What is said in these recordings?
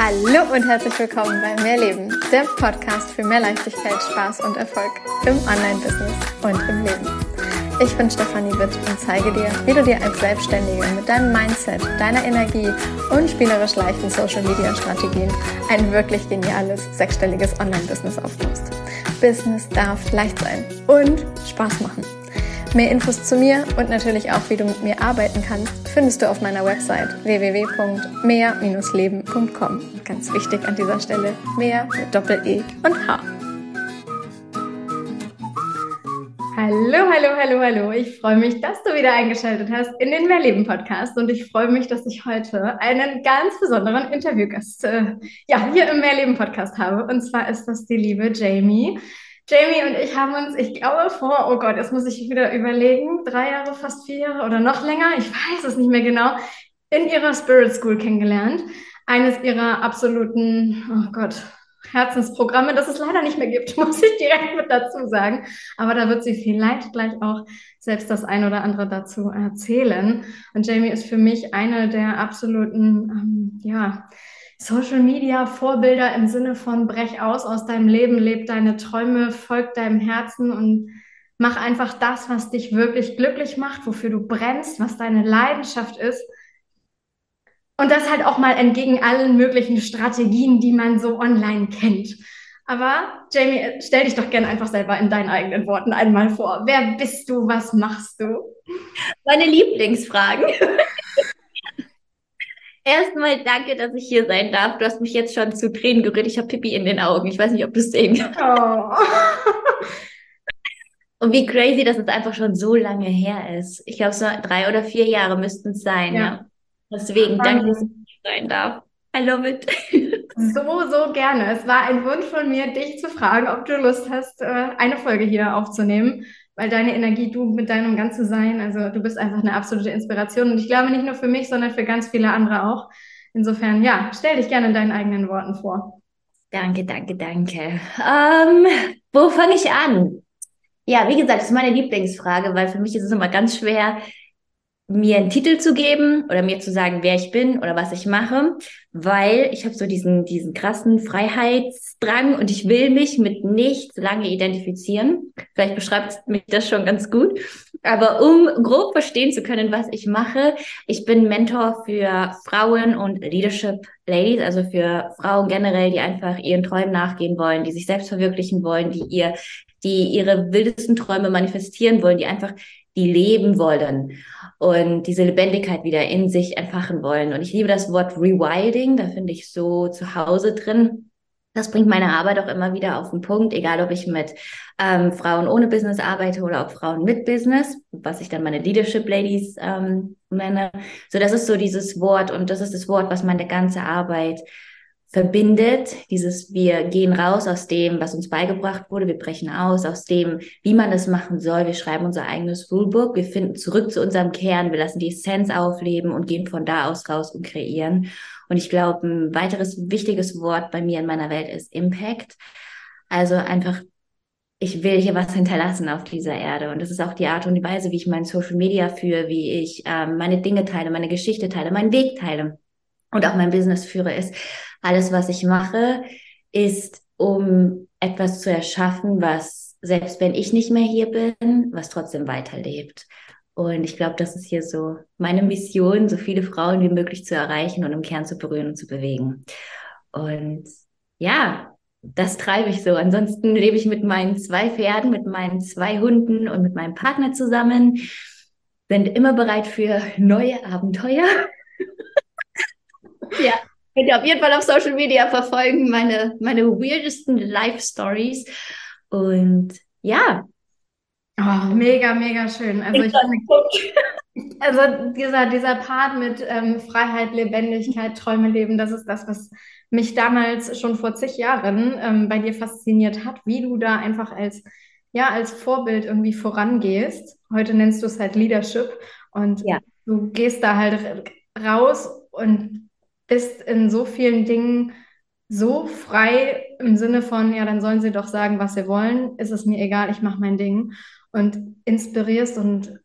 Hallo und herzlich willkommen bei Mehrleben, der Podcast für mehr Leichtigkeit, Spaß und Erfolg im Online-Business und im Leben. Ich bin Stefanie Witt und zeige dir, wie du dir als Selbstständige mit deinem Mindset, deiner Energie und spielerisch leichten Social-Media-Strategien ein wirklich geniales, sechsstelliges Online-Business aufbaust. Business darf leicht sein und Spaß machen. Mehr Infos zu mir und natürlich auch, wie du mit mir arbeiten kannst, findest du auf meiner Website www.mehr-leben.com. Ganz wichtig an dieser Stelle, mehr mit Doppel-E und H. Hallo. Ich freue mich, dass du wieder eingeschaltet hast in den Mehrleben-Podcast und ich freue mich, dass ich heute einen ganz besonderen Interviewgast hier im Mehrleben-Podcast habe. Und zwar ist das die liebe Jamie. Jamie und ich haben uns, ich glaube jetzt muss ich wieder überlegen, 3 Jahre, fast 4 Jahre oder noch länger, ich weiß es nicht mehr genau, in ihrer Spirit School kennengelernt. Eines ihrer absoluten, Herzensprogramme, das es leider nicht mehr gibt, muss ich direkt mit dazu sagen. Aber da wird sie vielleicht gleich auch selbst das ein oder andere dazu erzählen. Und Jamie ist für mich eine der absoluten, Social Media Vorbilder im Sinne von brech aus deinem Leben, leb deine Träume, folg deinem Herzen und mach einfach das, was dich wirklich glücklich macht, wofür du brennst, was deine Leidenschaft ist. Und das halt auch mal entgegen allen möglichen Strategien, die man so online kennt. Aber Jamie, stell dich doch gerne einfach selber in deinen eigenen Worten einmal vor. Wer bist du? Was machst du? Meine Lieblingsfragen. Erstmal danke, dass ich hier sein darf. Du hast mich jetzt schon zu Tränen gerührt. Ich habe Pipi in den Augen. Ich weiß nicht, ob du es sehen kannst. Oh. Und wie crazy, dass es einfach schon so lange her ist. Ich glaube, so 3 oder 4 Jahre müssten es sein, ja. Ja. Deswegen danke, dass ich Wahnsinn. hier sein darf. I love it. So gerne. Es war ein Wunsch von mir, dich zu fragen, ob du Lust hast, eine Folge hier aufzunehmen, weil deine Energie, du mit deinem ganzen Sein, also du bist einfach eine absolute Inspiration und ich glaube nicht nur für mich, sondern für ganz viele andere auch. Insofern, ja, stell dich gerne in deinen eigenen Worten vor. Danke. Wo fange ich an? Ja, wie gesagt, das ist meine Lieblingsfrage, weil für mich ist es immer ganz schwer, mir einen Titel zu geben oder mir zu sagen, wer ich bin oder was ich mache, weil ich habe so diesen krassen Freiheitsdrang und ich will mich mit nichts lange identifizieren. Vielleicht beschreibt mich das schon ganz gut. Aber um grob verstehen zu können, was ich mache, ich bin Mentor für Frauen und Leadership Ladies, also für Frauen generell, die einfach ihren Träumen nachgehen wollen, die sich selbst verwirklichen wollen, die ihre wildesten Träume manifestieren wollen, die einfach die leben wollen und diese Lebendigkeit wieder in sich entfachen wollen. Und ich liebe das Wort Rewilding, da finde ich so zu Hause drin. Das bringt meine Arbeit auch immer wieder auf den Punkt, egal ob ich mit Frauen ohne Business arbeite oder ob Frauen mit Business, was ich dann meine Leadership Ladies nenne. So, das ist so dieses Wort und das ist das Wort, was meine ganze Arbeit verbindet, wir gehen raus aus dem, was uns beigebracht wurde, wir brechen aus dem, wie man das machen soll, wir schreiben unser eigenes Rulebook, wir finden zurück zu unserem Kern, wir lassen die Essenz aufleben und gehen von da aus raus und kreieren. Und ich glaube, ein weiteres wichtiges Wort bei mir in meiner Welt ist Impact. Also einfach, ich will hier was hinterlassen auf dieser Erde. Und das ist auch die Art und Weise, wie ich mein Social Media führe, wie ich meine Dinge teile, meine Geschichte teile, meinen Weg teile und auch mein Business führe, ist alles, was ich mache, ist, um etwas zu erschaffen, was, selbst wenn ich nicht mehr hier bin, was trotzdem weiterlebt. Und ich glaube, das ist hier so meine Mission, so viele Frauen wie möglich zu erreichen und im Kern zu berühren und zu bewegen. Und ja, das treibe ich so. Ansonsten lebe ich mit meinen 2 Pferden, mit meinen 2 Hunden und mit meinem Partner zusammen, sind immer bereit für neue Abenteuer. Ja, könnt ihr auf jeden Fall auf Social Media verfolgen, meine weirdesten Life Stories. Und ja. Oh, mega schön. Also ich finde, also dieser Part mit Freiheit, Lebendigkeit, Träume leben, das ist das, was mich damals schon vor zig Jahren bei dir fasziniert hat, wie du da einfach als Vorbild irgendwie vorangehst. Heute nennst du es halt Leadership und Ja, du gehst da halt raus und bist in so vielen Dingen so frei im Sinne von, ja, dann sollen sie doch sagen, was sie wollen, ist es mir egal, ich mache mein Ding und inspirierst und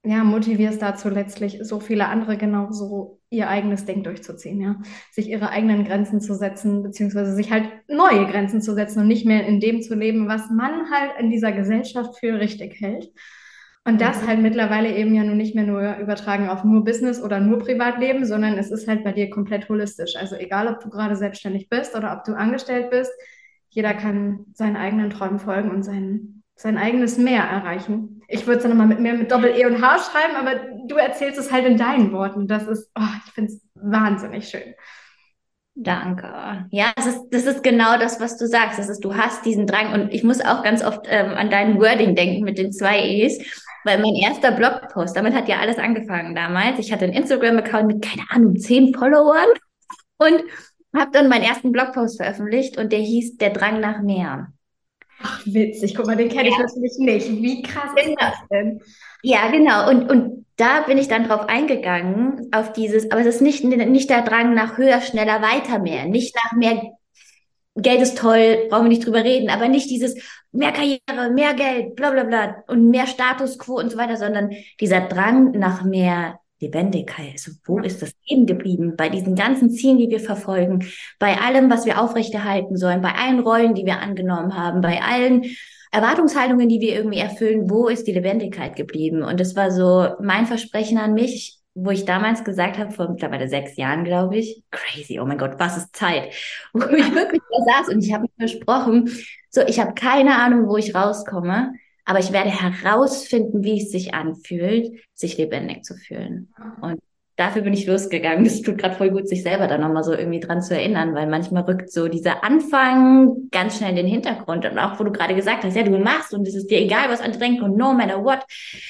ja, motivierst dazu letztlich so viele andere genauso ihr eigenes Ding durchzuziehen, ja. Sich ihre eigenen Grenzen zu setzen, beziehungsweise sich halt neue Grenzen zu setzen und nicht mehr in dem zu leben, was man halt in dieser Gesellschaft für richtig hält. Und das halt mittlerweile eben ja nun nicht mehr nur übertragen auf nur Business oder nur Privatleben, sondern es ist halt bei dir komplett holistisch. Also egal, ob du gerade selbstständig bist oder ob du angestellt bist, jeder kann seinen eigenen Träumen folgen und sein eigenes Mehr erreichen. Ich würde es dann nochmal mit mehr mit Doppel-E und H schreiben, aber du erzählst es halt in deinen Worten. Das ist, oh, ich finde es wahnsinnig schön. Danke. Ja, das ist genau das, was du sagst. Das ist, du hast diesen Drang und ich muss auch ganz oft an dein Wording denken mit den zwei E's, weil mein erster Blogpost, damit hat ja alles angefangen damals. Ich hatte einen Instagram-Account mit, keine Ahnung, 10 Followern und habe dann meinen ersten Blogpost veröffentlicht und der hieß Der Drang nach mehr. Ach, witzig. Guck mal, den kenne ich natürlich nicht. Wie krass ist Genau. das denn? Ja, genau. Und da bin ich dann drauf eingegangen, auf dieses, aber es ist nicht der Drang nach höher, schneller, weiter mehr, nicht nach mehr Geld ist toll, brauchen wir nicht drüber reden, aber nicht dieses mehr Karriere, mehr Geld, bla bla bla und mehr Status quo und so weiter, sondern dieser Drang nach mehr Lebendigkeit. Also wo Ja. ist das Leben geblieben? Bei diesen ganzen Zielen, die wir verfolgen, bei allem, was wir aufrechterhalten sollen, bei allen Rollen, die wir angenommen haben, bei allen Erwartungshaltungen, die wir irgendwie erfüllen, wo ist die Lebendigkeit geblieben? Und das war so mein Versprechen an mich, wo ich damals gesagt habe, vor mittlerweile 6 Jahren, glaube ich, crazy, oh mein Gott, was ist Zeit? Wo ich wirklich da saß und ich habe mir versprochen, so, ich habe keine Ahnung, wo ich rauskomme, aber ich werde herausfinden, wie es sich anfühlt, sich lebendig zu fühlen. Und dafür bin ich losgegangen. Das tut gerade voll gut, sich selber da nochmal so irgendwie dran zu erinnern, weil manchmal rückt so dieser Anfang ganz schnell in den Hintergrund. Und auch, wo du gerade gesagt hast, ja, du machst und es ist dir egal, was andere denken und no matter what.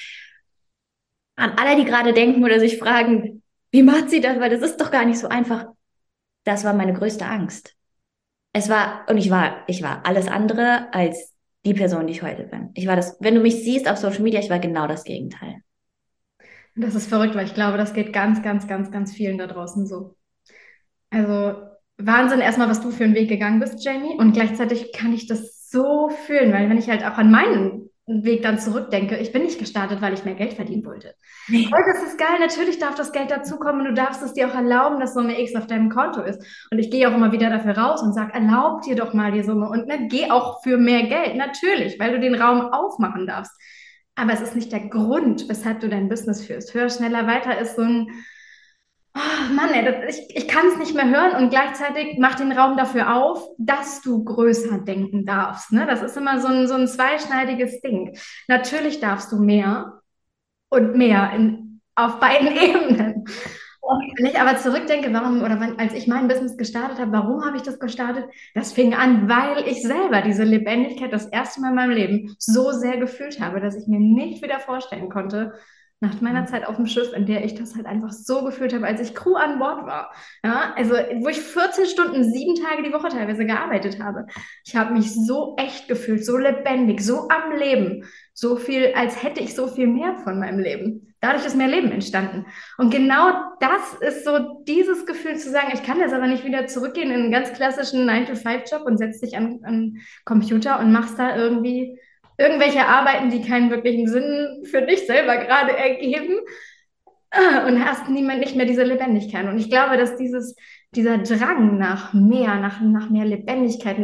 An alle, die gerade denken oder sich fragen, wie macht sie das? Weil das ist doch gar nicht so einfach. Das war meine größte Angst. Ich war alles andere als die Person, die ich heute bin. Ich war das, wenn du mich siehst auf Social Media, ich war genau das Gegenteil. Das ist verrückt, weil ich glaube, das geht ganz, ganz, ganz, ganz vielen da draußen so. Also Wahnsinn erstmal, was du für einen Weg gegangen bist, Jamie. Und gleichzeitig kann ich das so fühlen, weil wenn ich halt auch an meinen Weg dann zurückdenke, ich bin nicht gestartet, weil ich mehr Geld verdienen wollte. Nee. Heute ist es geil, natürlich darf das Geld dazukommen und du darfst es dir auch erlauben, dass Summe X auf deinem Konto ist. Und ich gehe auch immer wieder dafür raus und sage, erlaub dir doch mal die Summe und ne, geh auch für mehr Geld, natürlich, weil du den Raum aufmachen darfst. Aber es ist nicht der Grund, weshalb du dein Business führst. Höher, schneller, weiter ist so ein oh Mann, ey, ich kann es nicht mehr hören und gleichzeitig mach den Raum dafür auf, dass du größer denken darfst. Ne? Das ist immer so ein zweischneidiges Ding. Natürlich darfst du mehr und mehr auf beiden Ebenen. Wenn ich aber zurückdenke, als ich mein Business gestartet habe, warum habe ich das gestartet? Das fing an, weil ich selber diese Lebendigkeit das erste Mal in meinem Leben so sehr gefühlt habe, dass ich mir nicht wieder vorstellen konnte, nach meiner Zeit auf dem Schiff, in der ich das halt einfach so gefühlt habe, als ich Crew an Bord war. Ja, also, wo ich 14 Stunden, 7 Tage die Woche teilweise gearbeitet habe. Ich habe mich so echt gefühlt, so lebendig, so am Leben, so viel, als hätte ich so viel mehr von meinem Leben. Dadurch ist mehr Leben entstanden. Und genau das ist so dieses Gefühl zu sagen, ich kann jetzt aber nicht wieder zurückgehen in einen ganz klassischen 9-to-5-Job und setz dich an Computer und machst da irgendwie irgendwelche Arbeiten, die keinen wirklichen Sinn für dich selber gerade ergeben und hast nicht mehr diese Lebendigkeit. Und ich glaube, dass dieser Drang nach mehr Lebendigkeit,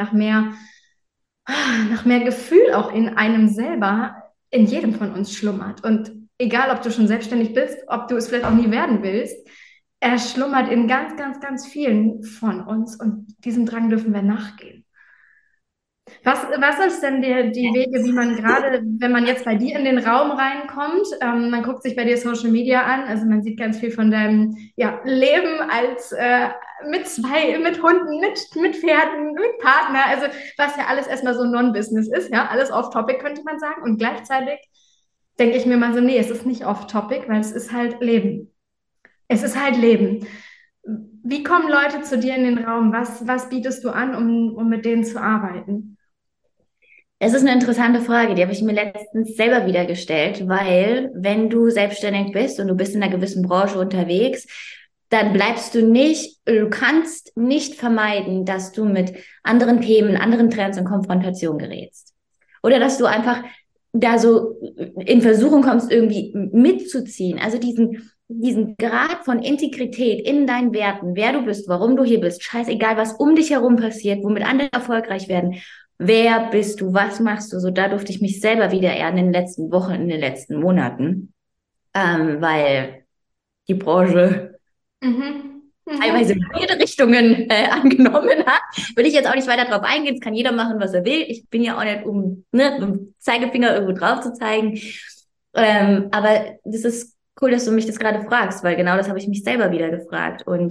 nach mehr Gefühl auch in einem selber, in jedem von uns schlummert. Und egal, ob du schon selbstständig bist, ob du es vielleicht auch nie werden willst, er schlummert in ganz, ganz, ganz vielen von uns. Und diesem Drang dürfen wir nachgehen. Was ist denn die Wege, wie man gerade, wenn man jetzt bei dir in den Raum reinkommt, man guckt sich bei dir Social Media an, also man sieht ganz viel von deinem ja, Leben als mit Hunden, mit Pferden, mit Partner, also was ja alles erstmal so Non-Business ist, ja, alles off-topic könnte man sagen. Und gleichzeitig denke ich mir mal so, nee, es ist nicht off-topic, weil es ist halt Leben. Es ist halt Leben. Wie kommen Leute zu dir in den Raum? Was bietest du an, um mit denen zu arbeiten? Es ist eine interessante Frage, die habe ich mir letztens selber wieder gestellt, weil wenn du selbstständig bist und du bist in einer gewissen Branche unterwegs, dann bleibst du kannst nicht vermeiden, dass du mit anderen Themen, anderen Trends in Konfrontation gerätst. Oder dass du einfach da so in Versuchung kommst, irgendwie mitzuziehen. Also diesen Grad von Integrität in deinen Werten, wer du bist, warum du hier bist, scheißegal, was um dich herum passiert, womit andere erfolgreich werden. Wer bist du? Was machst du? So, da durfte ich mich selber wieder ehren in den letzten Wochen, in den letzten Monaten, weil die Branche Mhm. teilweise Mhm. beide Richtungen angenommen hat. Will ich jetzt auch nicht weiter drauf eingehen. Es kann jeder machen, was er will. Ich bin ja auch nicht, um mit dem Zeigefinger irgendwo drauf zu zeigen. Aber das ist cool, dass du mich das gerade fragst, weil genau das habe ich mich selber wieder gefragt. Und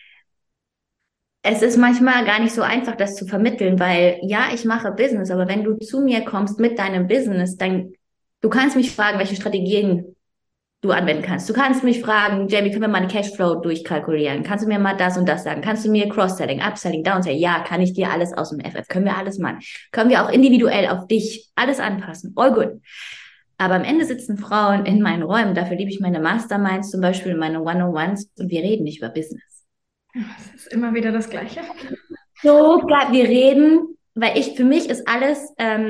es ist manchmal gar nicht so einfach, das zu vermitteln, weil ja, ich mache Business, aber wenn du zu mir kommst mit deinem Business, dann du kannst mich fragen, welche Strategien du anwenden kannst. Du kannst mich fragen, Jamie, können wir mal einen Cashflow durchkalkulieren? Kannst du mir mal das und das sagen? Kannst du mir Cross-Selling, Upselling, Downselling? Ja, kann ich dir alles aus dem FF. Können wir alles machen. Können wir auch individuell auf dich alles anpassen. All good. Aber am Ende sitzen Frauen in meinen Räumen. Dafür liebe ich meine Masterminds, zum Beispiel meine One-on-Ones, und wir reden nicht über Business. Es ist immer wieder das Gleiche. So, klar, wir reden, weil für mich ist alles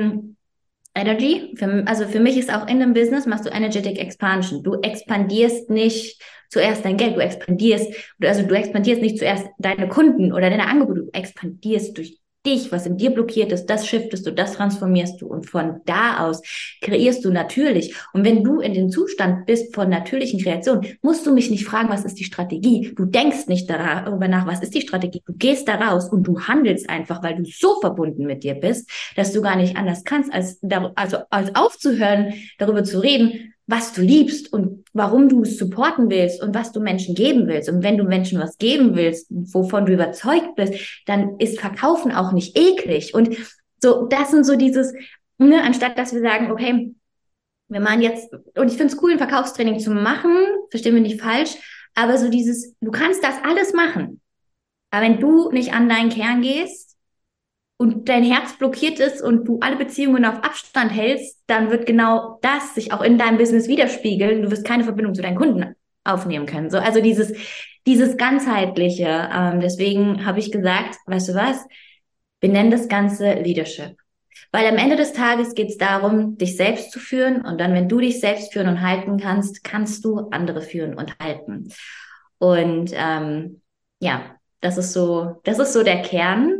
Energy. Also für mich ist auch in dem Business machst du Energetic Expansion. Du expandierst nicht zuerst dein Geld, du expandierst nicht zuerst deine Kunden oder deine Angebote, du expandierst durch dich, was in dir blockiert ist, das shiftest du, das transformierst du und von da aus kreierst du natürlich. Und wenn du in dem Zustand bist von natürlichen Kreation, musst du mich nicht fragen, was ist die Strategie? Du denkst nicht darüber nach, was ist die Strategie? Du gehst da raus und du handelst einfach, weil du so verbunden mit dir bist, dass du gar nicht anders kannst, als aufzuhören, darüber zu reden, was du liebst und warum du es supporten willst und was du Menschen geben willst. Und wenn du Menschen was geben willst, wovon du überzeugt bist, dann ist Verkaufen auch nicht eklig. Und so, das sind so anstatt dass wir sagen, okay, wir machen jetzt, und ich finde es cool, ein Verkaufstraining zu machen, verstehen wir nicht falsch, aber so du kannst das alles machen. Aber wenn du nicht an deinen Kern gehst, und dein Herz blockiert ist und du alle Beziehungen auf Abstand hältst, dann wird genau das sich auch in deinem Business widerspiegeln. Du wirst keine Verbindung zu deinen Kunden aufnehmen können. So, also dieses ganzheitliche. Deswegen habe ich gesagt, weißt du was? Wir nennen das Ganze Leadership. Weil am Ende des Tages geht es darum, dich selbst zu führen. Und dann, wenn du dich selbst führen und halten kannst, kannst du andere führen und halten. Und ja, das ist so der Kern.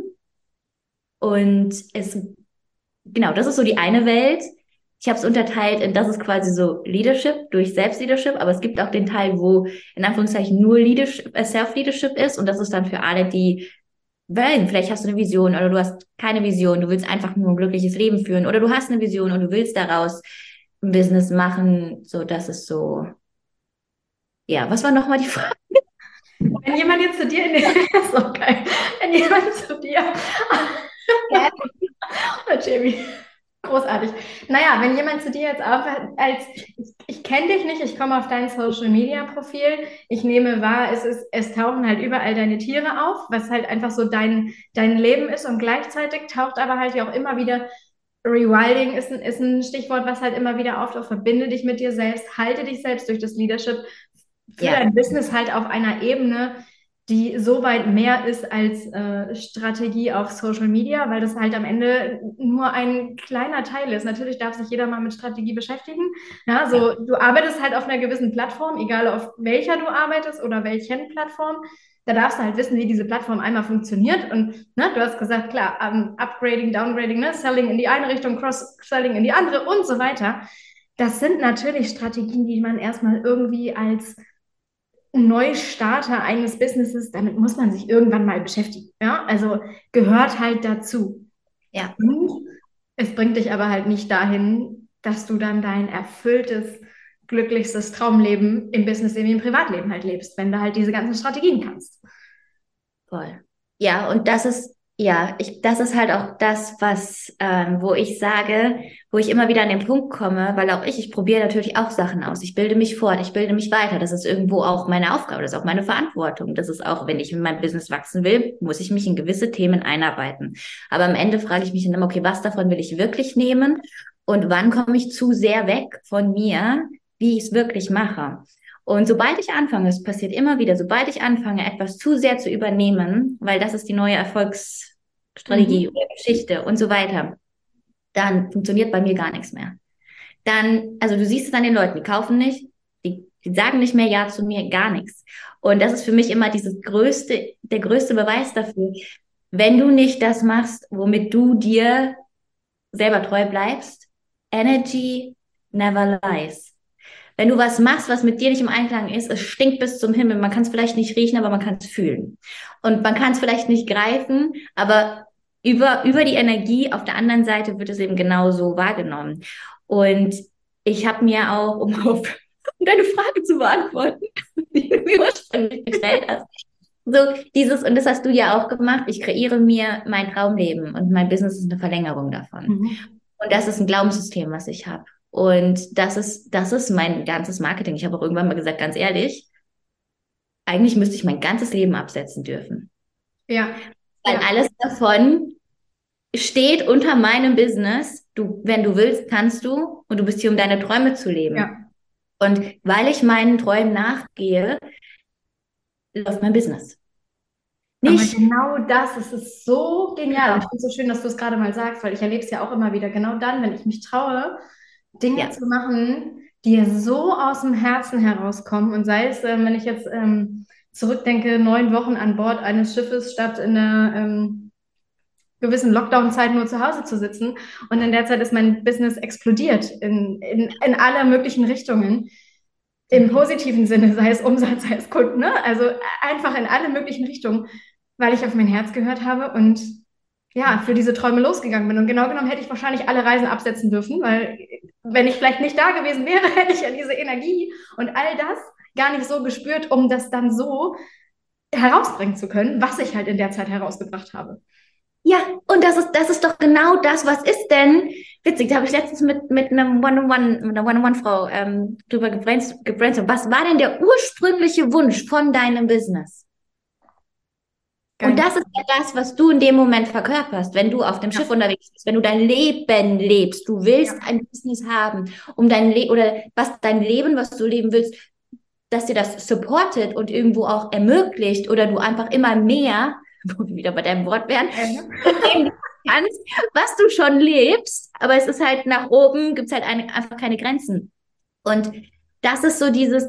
Und genau, das ist so die eine Welt. Ich habe es unterteilt in, das ist quasi so Leadership durch Selbstleadership, aber es gibt auch den Teil, wo in Anführungszeichen nur Self-Leadership ist, und das ist dann für alle, die, weil vielleicht hast du eine Vision oder du hast keine Vision, du willst einfach nur ein glückliches Leben führen, oder du hast eine Vision und du willst daraus ein Business machen, so, das ist so, ja, was war nochmal die Frage? Wenn jemand jetzt zu dir in den, ist doch geil. Wenn jemand zu dir, Ja. oh, Jamie, großartig. Naja, wenn jemand zu dir jetzt auch ich kenne dich nicht, ich komme auf dein Social Media Profil, ich nehme wahr, es tauchen halt überall deine Tiere auf, was halt einfach so dein Leben ist, und gleichzeitig taucht aber halt ja auch immer wieder Rewilding ist ein Stichwort, was halt immer wieder auftaucht. Verbinde dich mit dir selbst, halte dich selbst durch das Leadership für Ja, dein Business halt auf einer Ebene, die so weit mehr ist als Strategie auf Social Media, weil das halt am Ende nur ein kleiner Teil ist. Natürlich darf sich jeder mal mit Strategie beschäftigen. Ja, ja, so du arbeitest halt auf einer gewissen Plattform, egal auf welcher du arbeitest oder welchen Plattform. Da darfst du halt wissen, wie diese Plattform einmal funktioniert. Und ne, du hast gesagt, klar, Upgrading, Downgrading, ne, Selling in die eine Richtung, Cross-Selling in die andere und so weiter. Das sind natürlich Strategien, die man erstmal irgendwie als Neustarter eines Businesses, damit muss man sich irgendwann mal beschäftigen. Ja, also gehört halt dazu. ja. Und es bringt dich aber halt nicht dahin, dass du dann dein erfülltes, glücklichstes Traumleben im Business wie im Privatleben halt lebst, wenn du halt diese ganzen Strategien kannst. Voll. Ja, und das ist halt auch das, wo ich sage, wo ich immer wieder an den Punkt komme, weil auch ich probiere natürlich auch Sachen aus. Ich bilde mich fort, ich bilde mich weiter. Das ist irgendwo auch meine Aufgabe, das ist auch meine Verantwortung. Das ist auch, wenn ich in meinem Business wachsen will, muss ich mich in gewisse Themen einarbeiten. Aber am Ende frage ich mich dann immer, okay, was davon will ich wirklich nehmen? Und wann komme ich zu sehr weg von mir, wie ich es wirklich mache? Und sobald ich anfange, es passiert immer wieder, sobald ich anfange, etwas zu sehr zu übernehmen, weil das ist die neue Erfolgsstrategie Mhm. oder Geschichte und so weiter, dann funktioniert bei mir gar nichts mehr. dann, also du siehst es an den Leuten, die kaufen nicht, die sagen nicht mehr Ja zu mir, gar nichts. Und das ist für mich immer der größte Beweis dafür, wenn du nicht das machst, womit du dir selber treu bleibst, Energy never lies. Wenn du was machst, was mit dir nicht im Einklang ist, es stinkt bis zum Himmel. Man kann es vielleicht nicht riechen, aber man kann es fühlen. Und man kann es vielleicht nicht greifen, aber über die Energie auf der anderen Seite wird es eben genauso wahrgenommen. Und ich habe mir auch, um deine Frage zu beantworten, die du mir ursprünglich gestellt hast, so dieses, und das hast du ja auch gemacht, ich kreiere mir mein Traumleben und mein Business ist eine Verlängerung davon. Und das ist ein Glaubenssystem, was ich habe. Und das ist mein ganzes Marketing. Ich habe auch irgendwann mal gesagt, ganz ehrlich, eigentlich müsste ich mein ganzes Leben absetzen dürfen. Ja. Weil alles davon steht unter meinem Business. Du, wenn du willst, kannst du. Und du bist hier, um deine Träume zu leben. Ja. Und weil ich meinen Träumen nachgehe, läuft mein Business. Nicht. Aber genau das, es ist so genial. Und ich finde es so schön, dass du es gerade mal sagst, weil ich erlebe es ja auch immer wieder. Genau dann, wenn ich mich traue, Dinge Ja. zu machen, die so aus dem Herzen herauskommen. Und sei es, wenn ich jetzt zurückdenke, 9 Wochen an Bord eines Schiffes statt in einer gewissen Lockdown-Zeit nur zu Hause zu sitzen. Und in der Zeit ist mein Business explodiert in alle möglichen Richtungen. Im positiven Sinne, sei es Umsatz, sei es Kunden, ne? Also einfach in alle möglichen Richtungen, weil ich auf mein Herz gehört habe und ja, für diese Träume losgegangen bin. Und genau genommen hätte ich wahrscheinlich alle Reisen absetzen dürfen, weil wenn ich vielleicht nicht da gewesen wäre, hätte ich ja diese Energie und all das gar nicht so gespürt, um das dann so herausbringen zu können, was ich halt in der Zeit herausgebracht habe. Ja, und das ist doch genau das, was ist denn, witzig, da habe ich letztens mit einem One-on-One, mit einer One-on-One-Frau drüber gebrainstormt. Was war denn der ursprüngliche Wunsch von deinem Business? Geil. Und das ist ja das, was du in dem Moment verkörperst, wenn du auf dem Schiff unterwegs bist, wenn du dein Leben lebst. Du willst ein Business haben, um dein Leben oder dein Leben, was du leben willst, dass dir das supportet und irgendwo auch ermöglicht oder du einfach immer mehr, wo wir wieder bei deinem Wort wären, leben kannst, was du schon lebst, aber es ist halt nach oben, gibt es halt einfach keine Grenzen. Und das ist so dieses,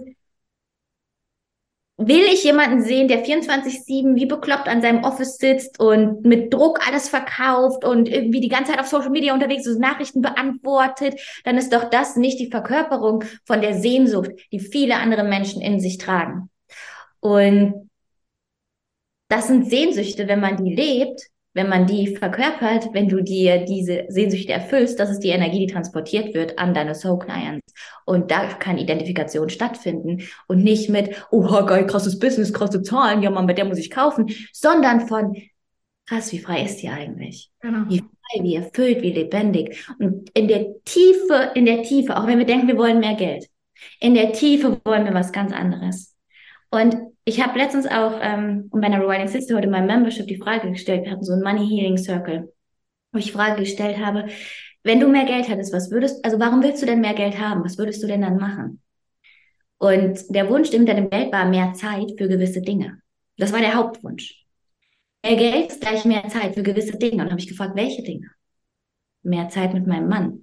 will ich jemanden sehen, der 24/7 wie bekloppt an seinem Office sitzt und mit Druck alles verkauft und irgendwie die ganze Zeit auf Social Media unterwegs ist, Nachrichten beantwortet, dann ist doch das nicht die Verkörperung von der Sehnsucht, die viele andere Menschen in sich tragen. Und das sind Sehnsüchte, wenn man die lebt, wenn man die verkörpert, wenn du dir diese Sehnsüchte erfüllst, das ist die Energie, die transportiert wird an deine Soul Clients. Und da kann Identifikation stattfinden und nicht mit, oh geil, krasses Business, krasse Zahlen, ja Mann, bei der muss ich kaufen, sondern von, krass, wie frei ist die eigentlich? Genau. Wie frei, wie erfüllt, wie lebendig. Und in der Tiefe, auch wenn wir denken, wir wollen mehr Geld, in der Tiefe wollen wir was ganz anderes. Und ich habe letztens auch bei einer Rewilding Sisterhood in meinem Membership die Frage gestellt, wir hatten so einen Money Healing Circle, wo ich die Frage gestellt habe, wenn du mehr Geld hättest, also warum willst du denn mehr Geld haben? Was würdest du denn dann machen? Und der Wunsch hinter dem Geld war mehr Zeit für gewisse Dinge. Das war der Hauptwunsch. Mehr Geld ist gleich mehr Zeit für gewisse Dinge. Und dann habe ich gefragt, welche Dinge? Mehr Zeit mit meinem Mann.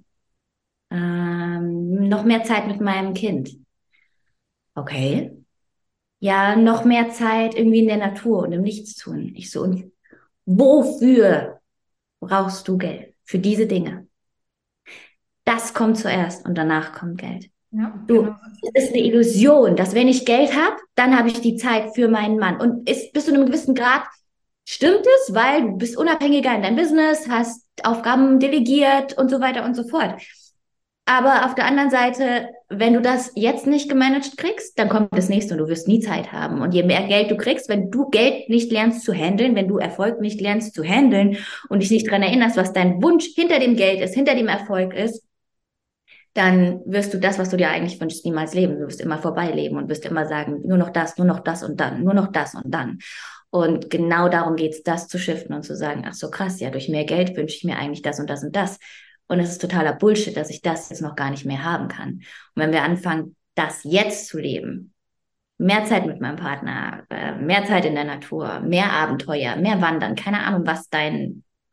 Noch mehr Zeit mit meinem Kind. Okay. Ja, noch mehr Zeit irgendwie in der Natur und im Nichtstun. Ich so, und wofür brauchst du Geld? Für diese Dinge. Das kommt zuerst und danach kommt Geld. Ja, Du, genau. es ist eine Illusion, dass wenn ich Geld habe, dann habe ich die Zeit für meinen Mann. Und bis zu einem gewissen Grad stimmt es, weil du bist unabhängiger in deinem Business, hast Aufgaben delegiert und so weiter und so fort. Aber auf der anderen Seite, wenn du das jetzt nicht gemanagt kriegst, dann kommt das nächste und du wirst nie Zeit haben. Und je mehr Geld du kriegst, wenn du Geld nicht lernst zu handeln, wenn du Erfolg nicht lernst zu handeln und dich nicht daran erinnerst, was dein Wunsch hinter dem Geld ist, hinter dem Erfolg ist, dann wirst du das, was du dir eigentlich wünschst, niemals leben. Du wirst immer vorbeileben und wirst immer sagen, nur noch das und dann, nur noch das und dann. Und genau darum geht's, das zu shiften und zu sagen, ach so krass, ja, durch mehr Geld wünsche ich mir eigentlich das und das und das. Und es ist totaler Bullshit, dass ich das jetzt noch gar nicht mehr haben kann. Und wenn wir anfangen, das jetzt zu leben, mehr Zeit mit meinem Partner, mehr Zeit in der Natur, mehr Abenteuer, mehr Wandern, keine Ahnung, was dein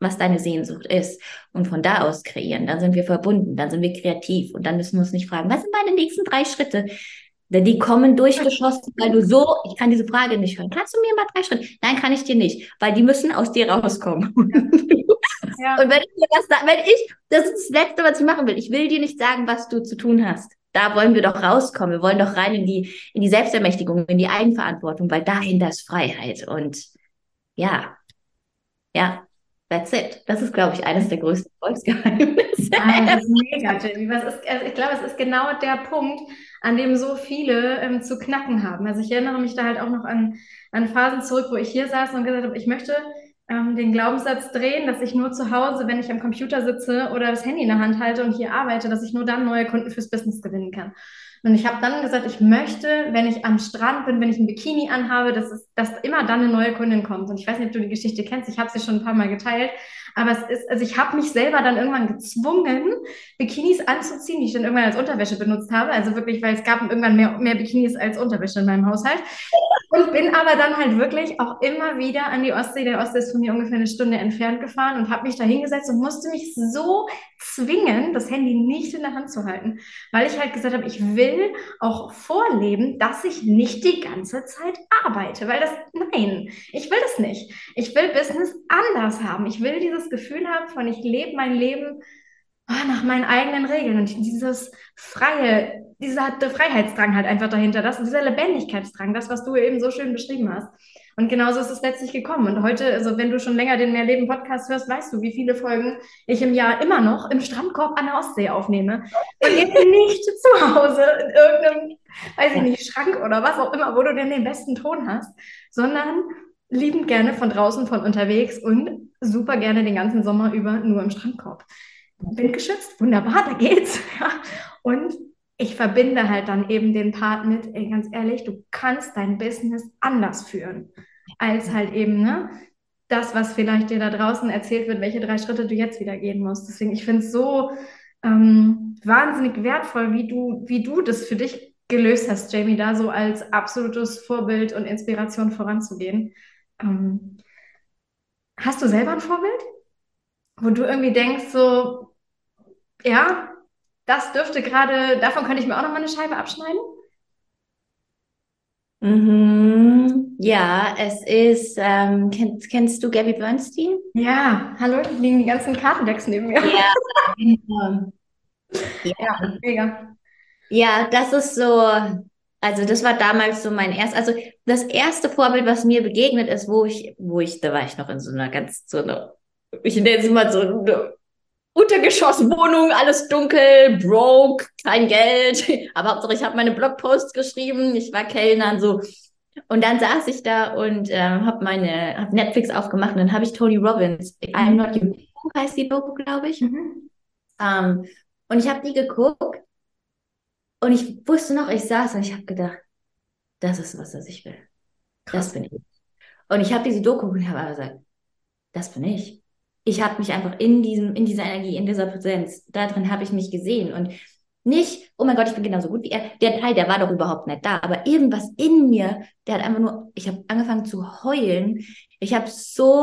was deine Sehnsucht ist und von da aus kreieren. Dann sind wir verbunden, dann sind wir kreativ und dann müssen wir uns nicht fragen, was sind meine nächsten 3 Schritte? Denn die kommen durchgeschossen, weil du so, ich kann diese Frage nicht hören. Kannst du mir mal 3 Schritte? Nein, kann ich dir nicht, weil die müssen aus dir rauskommen. Ja. Und das ist das Letzte, was ich machen will. Ich will dir nicht sagen, was du zu tun hast. Da wollen wir doch rauskommen. Wir wollen doch rein in die Selbstermächtigung, in die Eigenverantwortung, weil dahinter ist Freiheit. Und ja, ja, that's it. Das ist, glaube ich, eines der größten Volksgeheimnisse. Ja, das ist mega, Jamie. Also ich glaube, es ist genau der Punkt, an dem so viele zu knacken haben. Also ich erinnere mich da halt auch noch an Phasen zurück, wo ich hier saß und gesagt habe, ich möchte den Glaubenssatz drehen, dass ich nur zu Hause, wenn ich am Computer sitze oder das Handy in der Hand halte und hier arbeite, dass ich nur dann neue Kunden fürs Business gewinnen kann. Und ich habe dann gesagt, ich möchte, wenn ich am Strand bin, wenn ich ein Bikini anhabe, dass immer dann eine neue Kundin kommt. Und ich weiß nicht, ob du die Geschichte kennst, ich habe sie schon ein paar Mal geteilt. Aber also ich habe mich selber dann irgendwann gezwungen, Bikinis anzuziehen, die ich dann irgendwann als Unterwäsche benutzt habe. Also wirklich, weil es gab irgendwann mehr Bikinis als Unterwäsche in meinem Haushalt. Und bin aber dann halt wirklich auch immer wieder an die Ostsee. Der Ostsee ist von mir ungefähr eine Stunde entfernt gefahren und habe mich da hingesetzt und musste mich so zwingen, das Handy nicht in der Hand zu halten, weil ich halt gesagt habe, ich will auch vorleben, dass ich nicht die ganze Zeit arbeite, nein, ich will das nicht. Ich will Business anders haben. Ich will dieses Gefühl haben von, ich lebe mein Leben nach meinen eigenen Regeln und dieser Freiheitsdrang halt einfach dahinter, dieser Lebendigkeitsdrang, das, was du eben so schön beschrieben hast. Und genauso ist es letztlich gekommen. Und heute, also wenn du schon länger den Mehrleben-Podcast hörst, weißt du, wie viele Folgen ich im Jahr immer noch im Strandkorb an der Ostsee aufnehme. Und eben nicht zu Hause in irgendeinem, weiß ich nicht, Schrank oder was auch immer, wo du denn den besten Ton hast, sondern liebend gerne von draußen, von unterwegs und super gerne den ganzen Sommer über nur im Strandkorb. Windgeschützt, wunderbar, da geht's. Ja. Und ich verbinde halt dann eben den Part mit, ey, ganz ehrlich, du kannst dein Business anders führen, als halt eben, ne, das, was vielleicht dir da draußen erzählt wird, welche 3 Schritte du jetzt wieder gehen musst. Deswegen, ich finde es so wahnsinnig wertvoll, wie du das für dich gelöst hast, Jamie, da so als absolutes Vorbild und Inspiration voranzugehen. Ähm, Hast du selber ein Vorbild, wo du irgendwie denkst, so, ja, davon könnte ich mir auch noch mal eine Scheibe abschneiden? Ja, es ist, kennst du Gabby Bernstein? Ja, hallo, hier liegen die ganzen Kartendecks neben mir. Ja, genau. Ja, Ja, mega. ja, das ist so, also das war damals so also das erste Vorbild, was mir begegnet ist, da war ich noch in ich nenne es mal so eine Untergeschosswohnung, alles dunkel, broke, kein Geld, aber Hauptsache ich habe meine Blogposts geschrieben, ich war Kellner und so. Und dann saß ich da und hab Netflix aufgemacht und dann habe ich Tony Robbins, I'm Not Your Guru heißt die Doku, glaube ich. Mhm. Ähm, und ich habe die geguckt und ich wusste noch, ich saß und ich habe gedacht, das ist was ich will. Das Krass. bin ich. Und ich habe diese Doku und habe gesagt, das bin ich. Ich habe mich einfach in dieser Energie, in dieser Präsenz, da drin habe ich mich gesehen und nicht, oh mein Gott, ich bin genauso gut wie er. Der Teil, der war doch überhaupt nicht da, aber irgendwas in mir, der hat einfach nur, ich habe angefangen zu heulen. Ich habe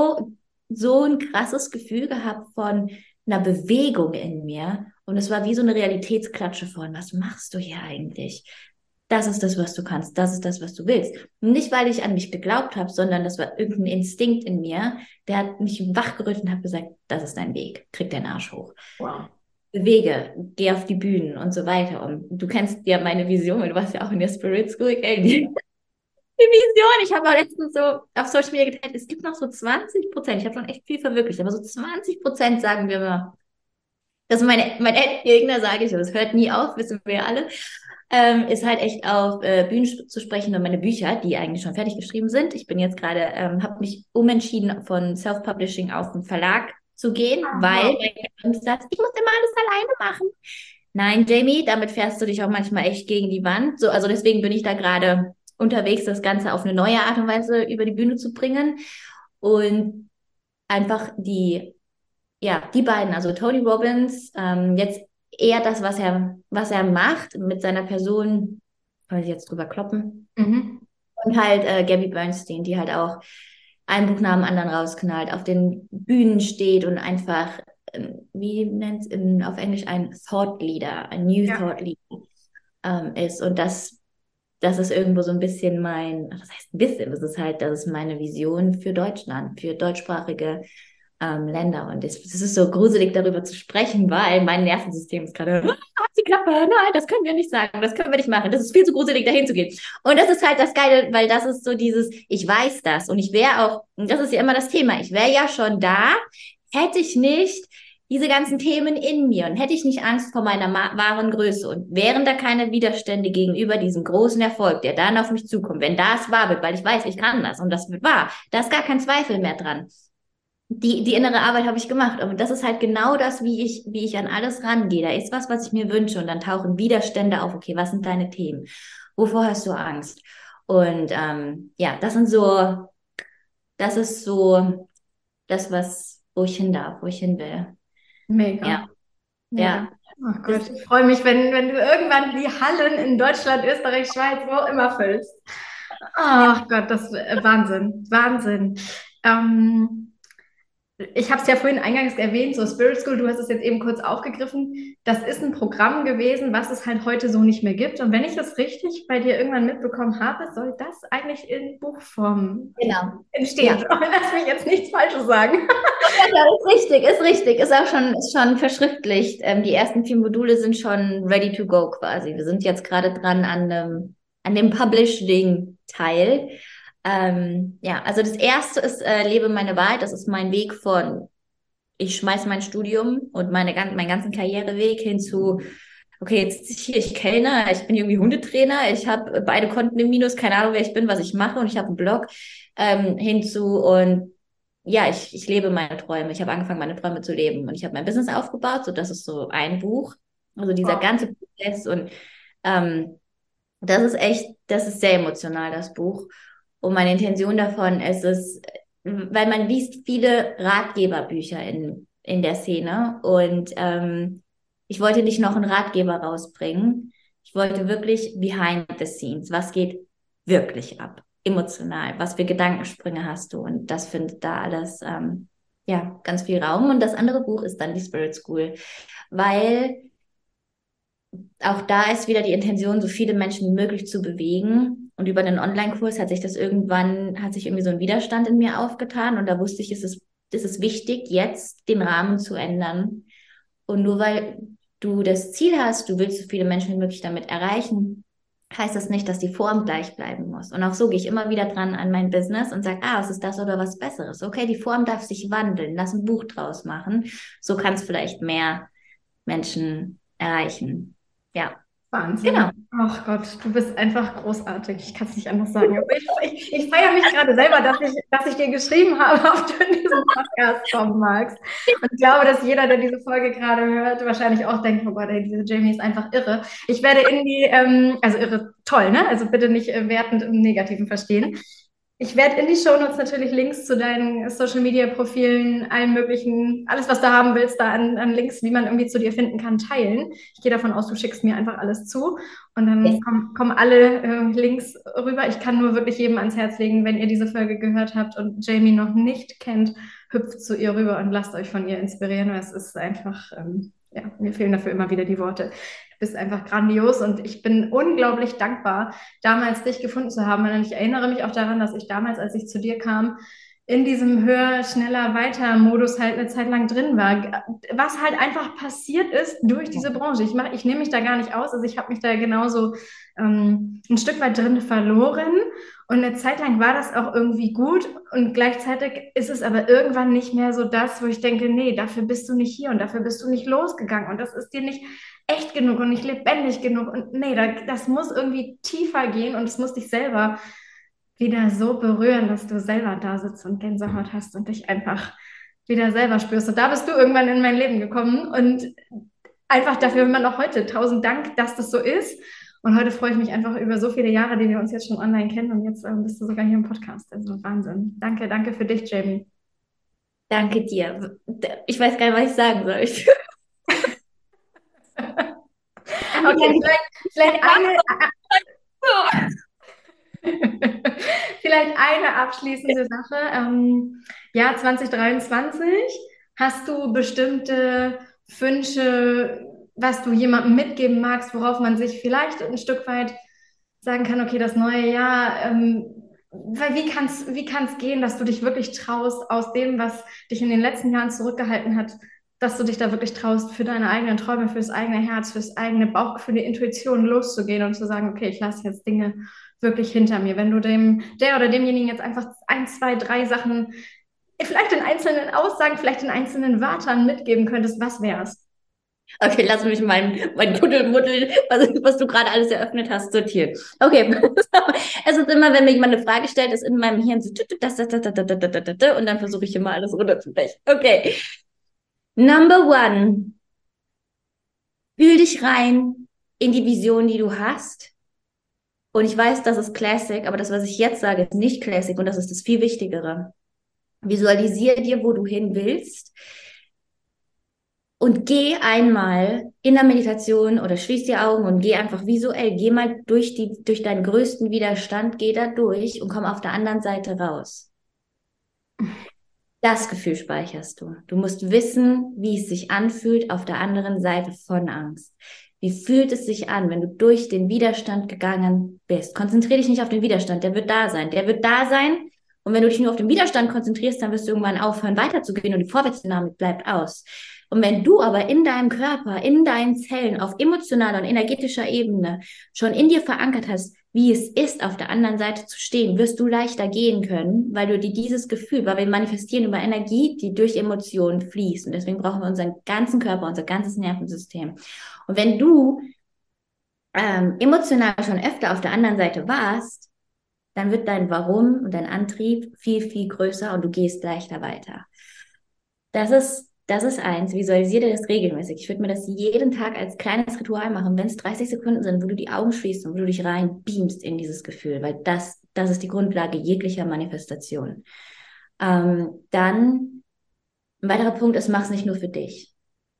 so ein krasses Gefühl gehabt von einer Bewegung in mir und es war wie so eine Realitätsklatsche von, was machst du hier eigentlich? Das ist das, was du kannst. Das ist das, was du willst. Und nicht, weil ich an mich geglaubt habe, sondern das war irgendein Instinkt in mir, der hat mich wachgerüttelt und hat gesagt, das ist dein Weg. Krieg deinen Arsch hoch. Wow. Bewege, geh auf die Bühnen und so weiter. Und du kennst ja meine Vision, weil du warst ja auch in der Spirit School. Ey, die Vision, ich habe auch letztens so auf Social Media geteilt, es gibt noch so 20%, ich habe schon echt viel verwirklicht, aber so 20% sagen wir mal, das ist mein Endgegner, sage ich, aber es hört nie auf, wissen wir alle, ist halt echt auf Bühnen zu sprechen und meine Bücher, die eigentlich schon fertig geschrieben sind. Ich bin jetzt gerade, habe mich umentschieden von Self-Publishing auf den Verlag zu gehen, weil Wow. mein Glaubenssatz, ich muss immer alles alleine machen. Nein, Jamie, damit fährst du dich auch manchmal echt gegen die Wand. So, also deswegen bin ich da gerade unterwegs, das Ganze auf eine neue Art und Weise über die Bühne zu bringen und einfach die beiden, also Tony Robbins, jetzt eher das, was er macht mit seiner Person, kann ich jetzt drüber kloppen, Mhm. und halt Gabby Bernstein, die halt auch ein Buch nach dem anderen rausknallt, auf den Bühnen steht und einfach, wie nennt es auf Englisch, ein Thought Leader, ein New Ja, Thought Leader ist. Und das ist irgendwo so ein bisschen das heißt ein bisschen, das ist meine Vision für Deutschland, für deutschsprachige Länder. Und das ist so gruselig, darüber zu sprechen, weil mein Nervensystem ist gerade, halt die Klappe, nein, das können wir nicht sagen, das können wir nicht machen, das ist viel zu gruselig, dahin zu gehen. Und das ist halt das Geile, weil das ist so dieses, ich weiß das und ich wäre auch, und das ist ja immer das Thema, ich wäre ja schon da, hätte ich nicht diese ganzen Themen in mir und hätte ich nicht Angst vor meiner wahren Größe und wären da keine Widerstände gegenüber diesem großen Erfolg, der dann auf mich zukommt, wenn das wahr wird, weil ich weiß, ich kann das und das wird wahr, da ist gar kein Zweifel mehr dran. Die innere Arbeit habe ich gemacht. Und das ist halt genau das, wie ich an alles rangehe. Da ist was ich mir wünsche. Und dann tauchen Widerstände auf. Okay, was sind deine Themen? Wovor hast du Angst? Und ja, das ist so das, wo ich hin darf, wo ich hin will. Ja, mega, mega. ja. Ach Das, Gott, ich freue mich, wenn du irgendwann die Hallen in Deutschland, Österreich, Schweiz, wo auch immer füllst. Ach Gott, das Wahnsinn, Wahnsinn. Ähm, Ich habe es ja vorhin eingangs erwähnt, so Spirit School, du hast es jetzt eben kurz aufgegriffen. Das ist ein Programm gewesen, was es halt heute so nicht mehr gibt. Und wenn ich das richtig bei dir irgendwann mitbekommen habe, soll das eigentlich in Buchform genau. entstehen. Ja. So, lass mich jetzt nichts Falsches sagen. Ja, ist richtig, ist schon verschriftlicht. Die ersten 4 Module sind schon ready to go quasi. Wir sind jetzt gerade dran an dem Publishing-Teil. Ja, also das erste ist, lebe meine Wahrheit. Das ist mein Weg von, ich schmeiße mein Studium und meinen ganzen Karriereweg hin zu, okay, jetzt sitze ich hier, ich kellner, ich bin irgendwie Hundetrainer, ich habe beide Konten im Minus, keine Ahnung, wer ich bin, was ich mache und ich habe einen Blog hinzu und ja, ich lebe meine Träume. Ich habe angefangen, meine Träume zu leben und ich habe mein Business aufgebaut, so das ist so ein Buch, also dieser Oh, ganze Prozess und ähm, das ist sehr emotional, das Buch. Und meine Intention davon ist es, weil man liest viele Ratgeberbücher in der Szene und ich wollte nicht noch einen Ratgeber rausbringen. Ich wollte wirklich behind the scenes. Was geht wirklich ab? Emotional. Was für Gedankensprünge hast du? Und das findet da alles, ja, ganz viel Raum. Und das andere Buch ist dann die Spirit School, weil auch da ist wieder die Intention, so viele Menschen wie möglich zu bewegen. Und über einen Online-Kurs hat sich irgendwie so ein Widerstand in mir aufgetan. Und da wusste ich, es ist wichtig, jetzt den Rahmen zu ändern. Und nur weil du das Ziel hast, du willst so viele Menschen wie möglich damit erreichen, heißt das nicht, dass die Form gleich bleiben muss. Und auch so gehe ich immer wieder dran an mein Business und sage, es ist das oder was Besseres. Okay, die Form darf sich wandeln. Lass ein Buch draus machen. So kann es vielleicht mehr Menschen erreichen. Ja, genau. Wahnsinn. Ach Gott, du bist einfach großartig. Ich kann es nicht anders sagen. Aber ich feiere mich gerade selber, dass ich dir geschrieben habe, ob du in diesen Podcast kommen magst. Und ich glaube, dass jeder, der diese Folge gerade hört, wahrscheinlich auch denkt, oh Gott, ey, diese Jamie ist einfach irre. Ich werde also irre, toll, ne? Also bitte nicht wertend im Negativen verstehen. Ich werde in die Shownotes natürlich Links zu deinen Social Media Profilen, allen möglichen, alles, was du haben willst, da an Links, wie man irgendwie zu dir finden kann, teilen. Ich gehe davon aus, du schickst mir einfach alles zu und dann Yes. kommen alle Links rüber. Ich kann nur wirklich jedem ans Herz legen, wenn ihr diese Folge gehört habt und Jamie noch nicht kennt, hüpft zu ihr rüber und lasst euch von ihr inspirieren, weil es ist einfach, ja, mir fehlen dafür immer wieder die Worte. Du bist einfach grandios und ich bin unglaublich dankbar, damals dich gefunden zu haben. Und ich erinnere mich auch daran, dass ich damals, als ich zu dir kam, in diesem höher, schneller, weiter Modus halt eine Zeit lang drin war. Was halt einfach passiert ist durch diese Branche. Ich nehme mich da gar nicht aus. Also ich habe mich da genauso ein Stück weit drin verloren. Und eine Zeit lang war das auch irgendwie gut. Und gleichzeitig ist es aber irgendwann nicht mehr so das, wo ich denke, nee, dafür bist du nicht hier und dafür bist du nicht losgegangen. Und das ist dir nicht echt genug und nicht lebendig genug. Und nee, das muss irgendwie tiefer gehen und es muss dich selber wieder so berühren, dass du selber da sitzt und Gänsehaut hast und dich einfach wieder selber spürst. Und da bist du irgendwann in mein Leben gekommen und einfach dafür immer noch heute. Tausend Dank, dass das so ist. Und heute freue ich mich einfach über so viele Jahre, die wir uns jetzt schon online kennen und jetzt bist du sogar hier im Podcast. Also Wahnsinn. Danke, danke für dich, Jamie. Danke dir. Ich weiß gar nicht, was ich sagen soll. Okay, vielleicht eine, Vielleicht eine abschließende Sache. Ja, 2023, hast du bestimmte Wünsche, was du jemandem mitgeben magst, worauf man sich vielleicht ein Stück weit sagen kann, okay, das neue Jahr, weil wie kann's gehen, dass du dich wirklich traust, aus dem, was dich in den letzten Jahren zurückgehalten hat, dass du dich da wirklich traust, für deine eigenen Träume, für das eigene Herz, für das eigene Bauchgefühl, die Intuition loszugehen und zu sagen, okay, ich lasse jetzt Dinge wirklich hinter mir. Wenn du der oder demjenigen jetzt einfach ein, zwei, drei Sachen, vielleicht in einzelnen Aussagen, vielleicht in einzelnen Wörtern mitgeben könntest, was wär's? Okay, lass mich mein Kuddelmuddel, was du gerade alles eröffnet hast, sortieren. Okay, es ist immer, wenn mir jemand eine Frage stellt, ist in meinem Hirn so und dann versuche ich immer alles runterzubrechen. Okay, Number one, fühl dich rein in die Vision, die du hast. Und ich weiß, das ist Classic, aber das, was ich jetzt sage, ist nicht Classic und das ist das viel Wichtigere. Visualisiere dir, wo du hin willst. Und geh einmal in der Meditation oder schließ die Augen und geh einfach visuell, geh mal durch deinen größten Widerstand, geh da durch und komm auf der anderen Seite raus. Das Gefühl speicherst du. Du musst wissen, wie es sich anfühlt auf der anderen Seite von Angst. Wie fühlt es sich an, wenn du durch den Widerstand gegangen bist? Konzentriere dich nicht auf den Widerstand, der wird da sein. Der wird da sein. Und wenn du dich nur auf den Widerstand konzentrierst, dann wirst du irgendwann aufhören, weiterzugehen und die Vorwärtsdynamik bleibt aus. Und wenn du aber in deinem Körper, in deinen Zellen, auf emotionaler und energetischer Ebene schon in dir verankert hast, wie es ist, auf der anderen Seite zu stehen, wirst du leichter gehen können, weil du dir dieses Gefühl, weil wir manifestieren über Energie, die durch Emotionen fließt. Und deswegen brauchen wir unseren ganzen Körper, unser ganzes Nervensystem. Und wenn du emotional schon öfter auf der anderen Seite warst, dann wird dein Warum und dein Antrieb viel, viel größer und du gehst leichter weiter. Das ist eins, visualisiere dir das regelmäßig. Ich würde mir das jeden Tag als kleines Ritual machen, wenn es 30 Sekunden sind, wo du die Augen schließt und wo du dich rein beamst in dieses Gefühl, weil das ist die Grundlage jeglicher Manifestation. Dann ein weiterer Punkt ist, mach es nicht nur für dich.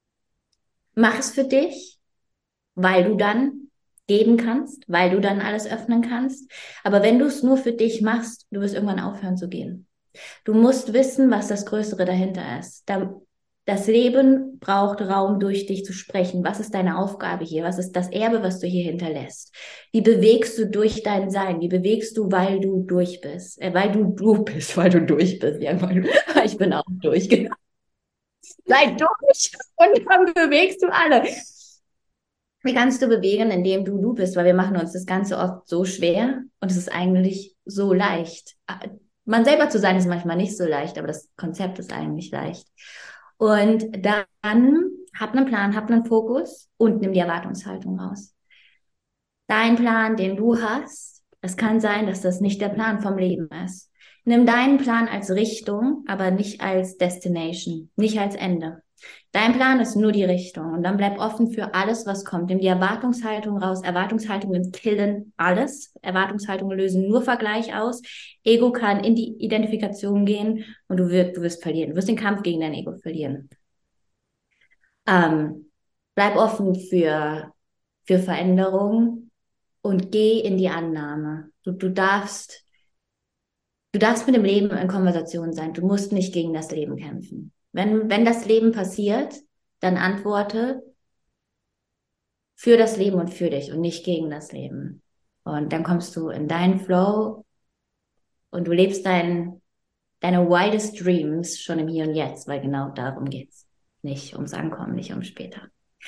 Mach es für dich, weil du dann geben kannst, weil du dann alles öffnen kannst. Aber wenn du es nur für dich machst, du wirst irgendwann aufhören zu gehen. Du musst wissen, was das Größere dahinter ist. Das Leben braucht Raum, durch dich zu sprechen. Was ist deine Aufgabe hier? Was ist das Erbe, was du hier hinterlässt? Wie bewegst du durch dein Sein? Wie bewegst du, weil du durch bist? Weil du bist, weil du durch bist. Ja, ich bin auch durch. Genau. Sei durch und dann bewegst du alle. Wie kannst du bewegen, indem du bist? Weil wir machen uns das Ganze oft so schwer und es ist eigentlich so leicht. Man selber zu sein ist manchmal nicht so leicht, aber das Konzept ist eigentlich leicht. Und dann hab einen Plan, hab einen Fokus und nimm die Erwartungshaltung raus. Dein Plan, den du hast, es kann sein, dass das nicht der Plan vom Leben ist. Nimm deinen Plan als Richtung, aber nicht als Destination, nicht als Ende. Dein Plan ist nur die Richtung und dann bleib offen für alles, was kommt. Nimm die Erwartungshaltung raus. Erwartungshaltungen killen alles. Erwartungshaltungen lösen nur Vergleich aus. Ego kann in die Identifikation gehen und du wirst verlieren. Du wirst den Kampf gegen dein Ego verlieren. Bleib offen für Veränderung und geh in die Annahme. Du darfst mit dem Leben in Konversation sein. Du musst nicht gegen das Leben kämpfen. Wenn das Leben passiert, dann antworte für das Leben und für dich und nicht gegen das Leben. Und dann kommst du in deinen Flow und du lebst deine wildest dreams schon im Hier und Jetzt, weil genau darum geht's. Nicht ums Ankommen, nicht um später.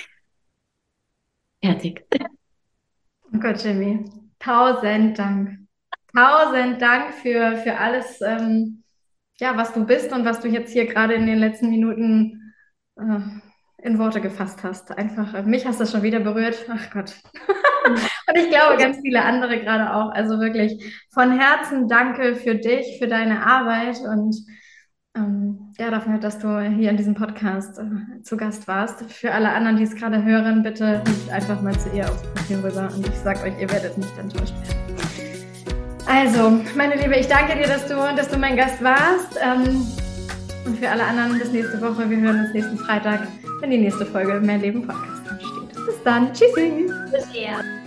Fertig. Oh Gott, Jimmy, 1000 Dank. 1000 Dank für alles, ja, was du bist und was du jetzt hier gerade in den letzten Minuten in Worte gefasst hast. Einfach, mich hast du schon wieder berührt. Ach Gott. Und ich glaube, ganz viele andere gerade auch. Also wirklich von Herzen danke für dich, für deine Arbeit und ja, dafür, dass du hier in diesem Podcast zu Gast warst. Für alle anderen, die es gerade hören, bitte ruft einfach mal zu ihr aufs Profil rüber und ich sage euch, ihr werdet nicht enttäuscht werden. Also, meine Liebe, ich danke dir, dass du mein Gast warst. Und für alle anderen bis nächste Woche. Wir hören uns nächsten Freitag, wenn die nächste Folge Mehr Leben Podcast ansteht. Bis dann. Tschüssi. Bis hier.